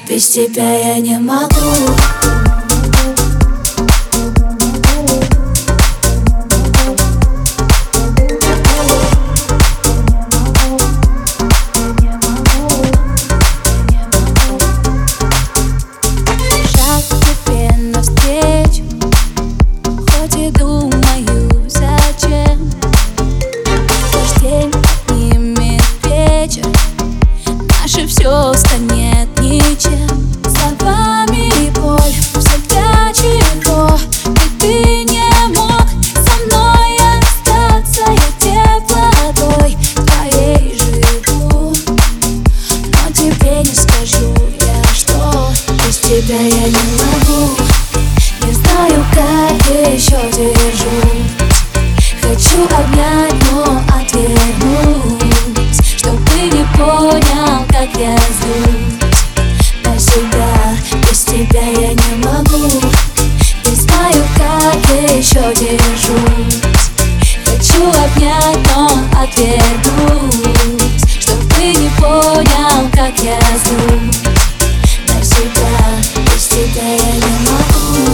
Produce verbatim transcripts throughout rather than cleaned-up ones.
без тебя я не могу. Все станет ничем. Словами боль всегда чего. Ведь ты не мог со мной остаться. Я теплотой твоей живу, но тебе не скажу я, что без тебя я не могу. Не знаю, как еще держусь. Хочу обнять, но отвернусь, чтоб ты не понял, как я злюсь на себя. Без тебя я не могу. Не знаю, как я еще держусь. Хочу обнять, но отвернусь, чтоб ты не понял, как я злюсь на себя. Без тебя я не могу.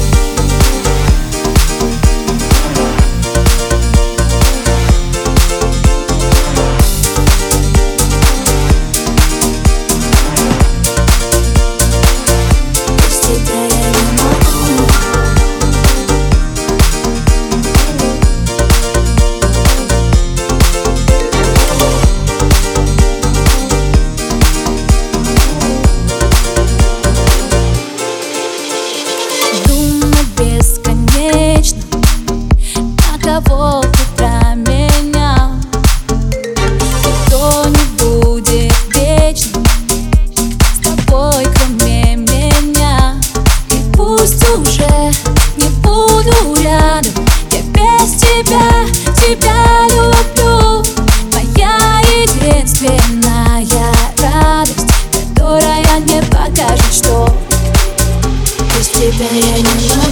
Кого ты променял? Никто не будет вечным с тобой, кроме меня. И пусть уже не буду рядом, я без тебя, тебя люблю. Моя единственная радость, которая мне покажет, что без тебя я не могу.